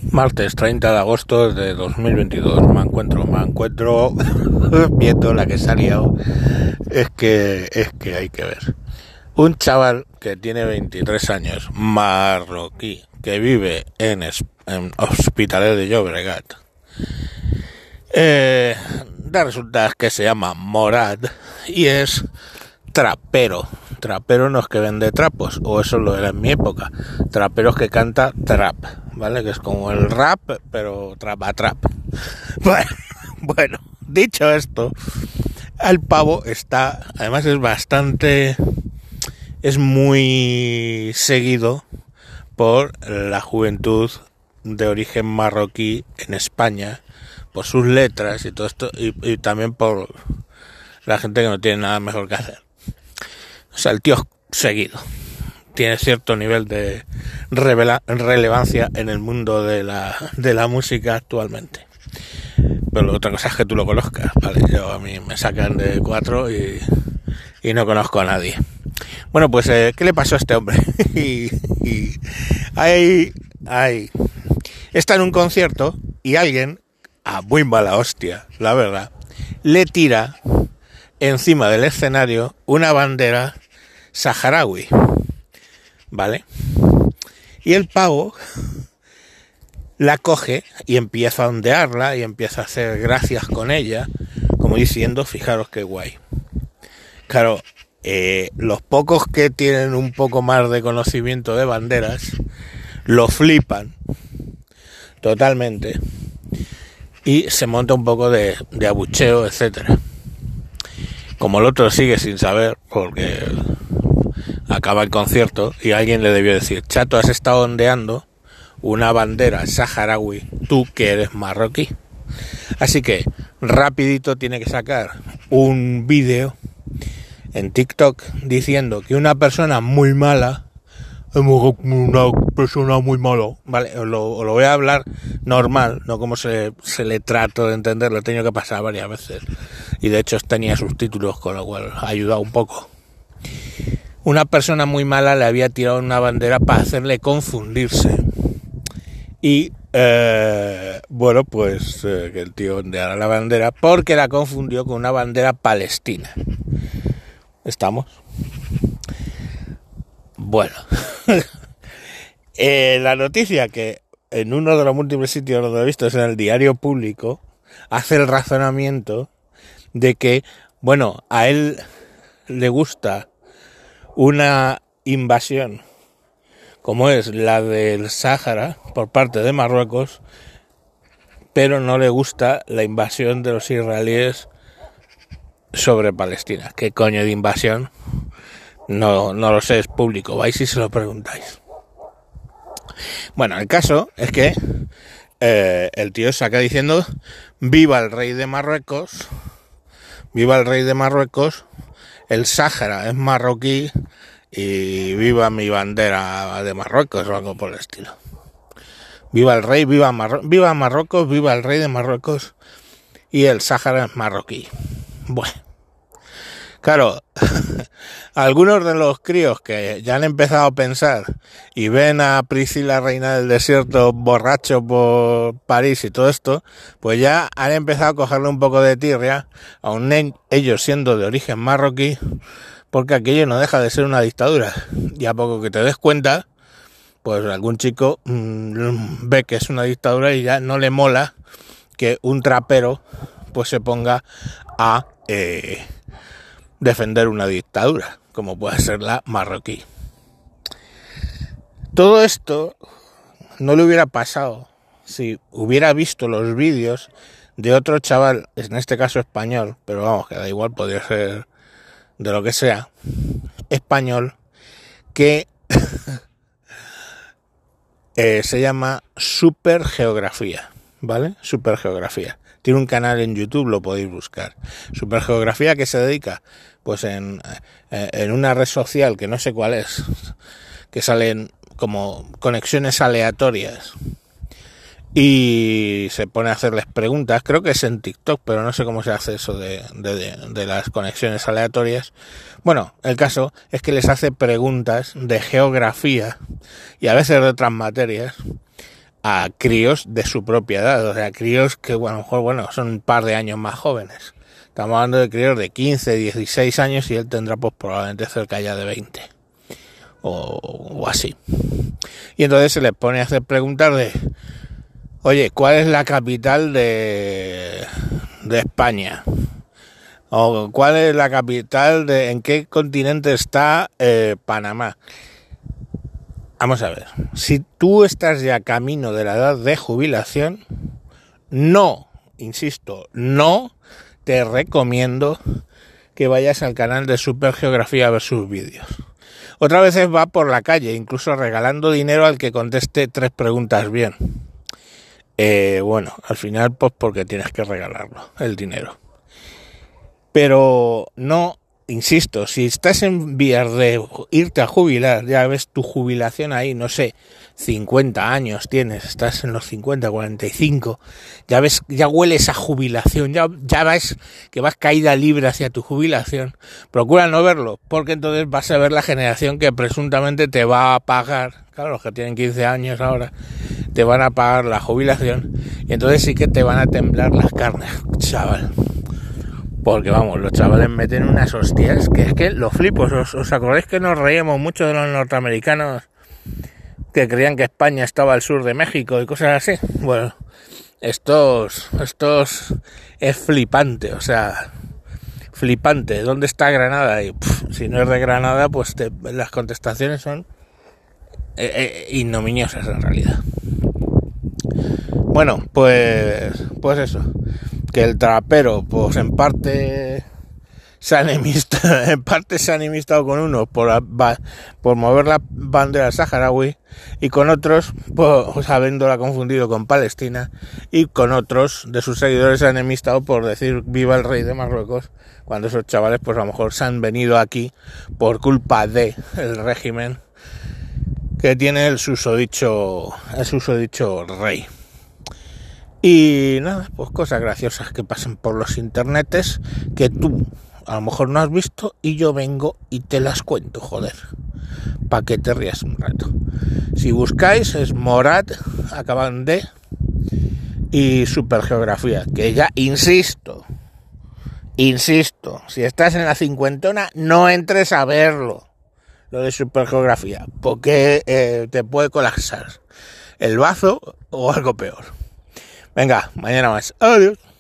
Martes 30 de agosto de 2022. Me encuentro viendo la que se ha liado. Es que hay que ver. Un chaval que tiene 23 años, marroquí, que vive en Hospitalet de Llobregat. Resulta que se llama Morad y es trapero. Trapero no es que vende trapos, o eso lo era en mi época. Trapero es que canta trap, ¿vale? Que es como el rap, pero trap a trap. Bueno, dicho esto, el pavo está, además es muy seguido por la juventud de origen marroquí en España, por sus letras y todo esto, y también por la gente que no tiene nada mejor que hacer. O sea, el tío es seguido, tiene cierto nivel de relevancia en el mundo de la música actualmente. Pero la otra cosa es que tú lo conozcas, ¿vale? A mí me sacan de 4 y no conozco a nadie. Bueno, pues, ¿qué le pasó a este hombre? Está en un concierto y alguien, a muy mala hostia, la verdad, le tira encima del escenario una bandera saharaui, ¿vale? Y el pavo la coge y empieza a ondearla y empieza a hacer gracias con ella, como diciendo, fijaros qué guay. Claro, los pocos que tienen un poco más de conocimiento de banderas lo flipan totalmente y se monta un poco de abucheo, etcétera. Como el otro sigue sin saber, porque acaba el concierto y alguien le debió decir: chato, has estado ondeando una bandera saharaui, tú que eres marroquí. Así que rapidito tiene que sacar un vídeo en TikTok diciendo que una persona muy mala, vale, os lo voy a hablar normal, no como se le trato de entender, lo he tenido que pasar varias veces y de hecho tenía subtítulos, con lo cual ha ayudado un poco. Una persona muy mala le había tirado una bandera para hacerle confundirse y que el tío ondeara la bandera porque la confundió con una bandera palestina. ¿Estamos? Bueno, la noticia que en uno de los múltiples sitios donde he visto es en el Diario Público, hace el razonamiento de que, bueno, a él le gusta una invasión como es la del Sáhara por parte de Marruecos, pero no le gusta la invasión de los israelíes sobre Palestina. ¿Qué coño de invasión? No lo sé, es público, vais y se lo preguntáis. Bueno, el caso es que el tío saca diciendo: viva el rey de Marruecos, viva el rey de Marruecos, el Sáhara es marroquí y viva mi bandera de Marruecos o algo por el estilo. Viva el rey, viva Marruecos, viva el rey de Marruecos y el Sáhara es marroquí. Bueno, claro, algunos de los críos que ya han empezado a pensar y ven a Priscila, reina del desierto, borracho por París y todo esto, pues ya han empezado a cogerle un poco de tirria, aun ellos siendo de origen marroquí, porque aquello no deja de ser una dictadura. Y a poco que te des cuenta, pues algún chico ve que es una dictadura y ya no le mola que un trapero pues se ponga a defender una dictadura, como puede ser la marroquí. Todo esto no le hubiera pasado si hubiera visto los vídeos de otro chaval, en este caso español, pero vamos, que da igual, podría ser de lo que sea, español, que se llama Supergeografía, ¿vale? Supergeografía. Tiene un canal en YouTube, lo podéis buscar. Supergeografía, que se dedica, pues en una red social que no sé cuál es, que salen como conexiones aleatorias y se pone a hacerles preguntas. Creo que es en TikTok, pero no sé cómo se hace eso de las conexiones aleatorias. Bueno, el caso es que les hace preguntas de geografía y a veces de otras materias a críos de su propia edad, o sea, críos que a lo mejor, bueno, son un par de años más jóvenes. Estamos hablando de críos de 15, 16 años y él tendrá pues probablemente cerca ya de 20 o así. Y entonces se les pone a hacer preguntas de, oye, ¿cuál es la capital de España? O ¿cuál es la capital en qué continente está Panamá? Vamos a ver, si tú estás ya camino de la edad de jubilación, no, insisto, no te recomiendo que vayas al canal de Supergeografía a ver sus vídeos. Otra vez va por la calle, incluso regalando dinero al que conteste 3 preguntas bien. Bueno, al final pues porque tienes que regalarlo, el dinero. Pero no, insisto, si estás en vías de irte a jubilar, ya ves tu jubilación ahí, no sé, 50 años tienes, estás en los 50, 45, ya ves, ya hueles a jubilación, ya ves que vas caída libre hacia tu jubilación. Procura no verlo, porque entonces vas a ver la generación que presuntamente te va a pagar, claro, los que tienen 15 años ahora, te van a pagar la jubilación, y entonces sí que te van a temblar las carnes, chaval. Porque vamos, los chavales meten unas hostias que es que los flipos. ¿Os acordáis que nos reíamos mucho de los norteamericanos que creían que España estaba al sur de México y cosas así? Bueno, estos es flipante, o sea, flipante. ¿Dónde está Granada? Y si no es de Granada, pues las contestaciones son ignominiosas en realidad. Bueno, pues eso. Que el trapero, pues en parte se ha enemistado con unos por mover la bandera saharaui y con otros, pues habiéndola confundido con Palestina, y con otros de sus seguidores se ha enemistado por decir viva el rey de Marruecos, cuando esos chavales pues a lo mejor se han venido aquí por culpa de el régimen que tiene el susodicho rey. Y nada, pues cosas graciosas que pasan por los internetes que tú a lo mejor no has visto y yo vengo y te las cuento, joder, para que te rías un rato. Si buscáis es Morad, acaban de, y Supergeografía, que ya insisto, si estás en la cincuentona no entres a verlo, lo de Supergeografía, porque te puede colapsar el bazo o algo peor. Venga, mañana más. Adiós.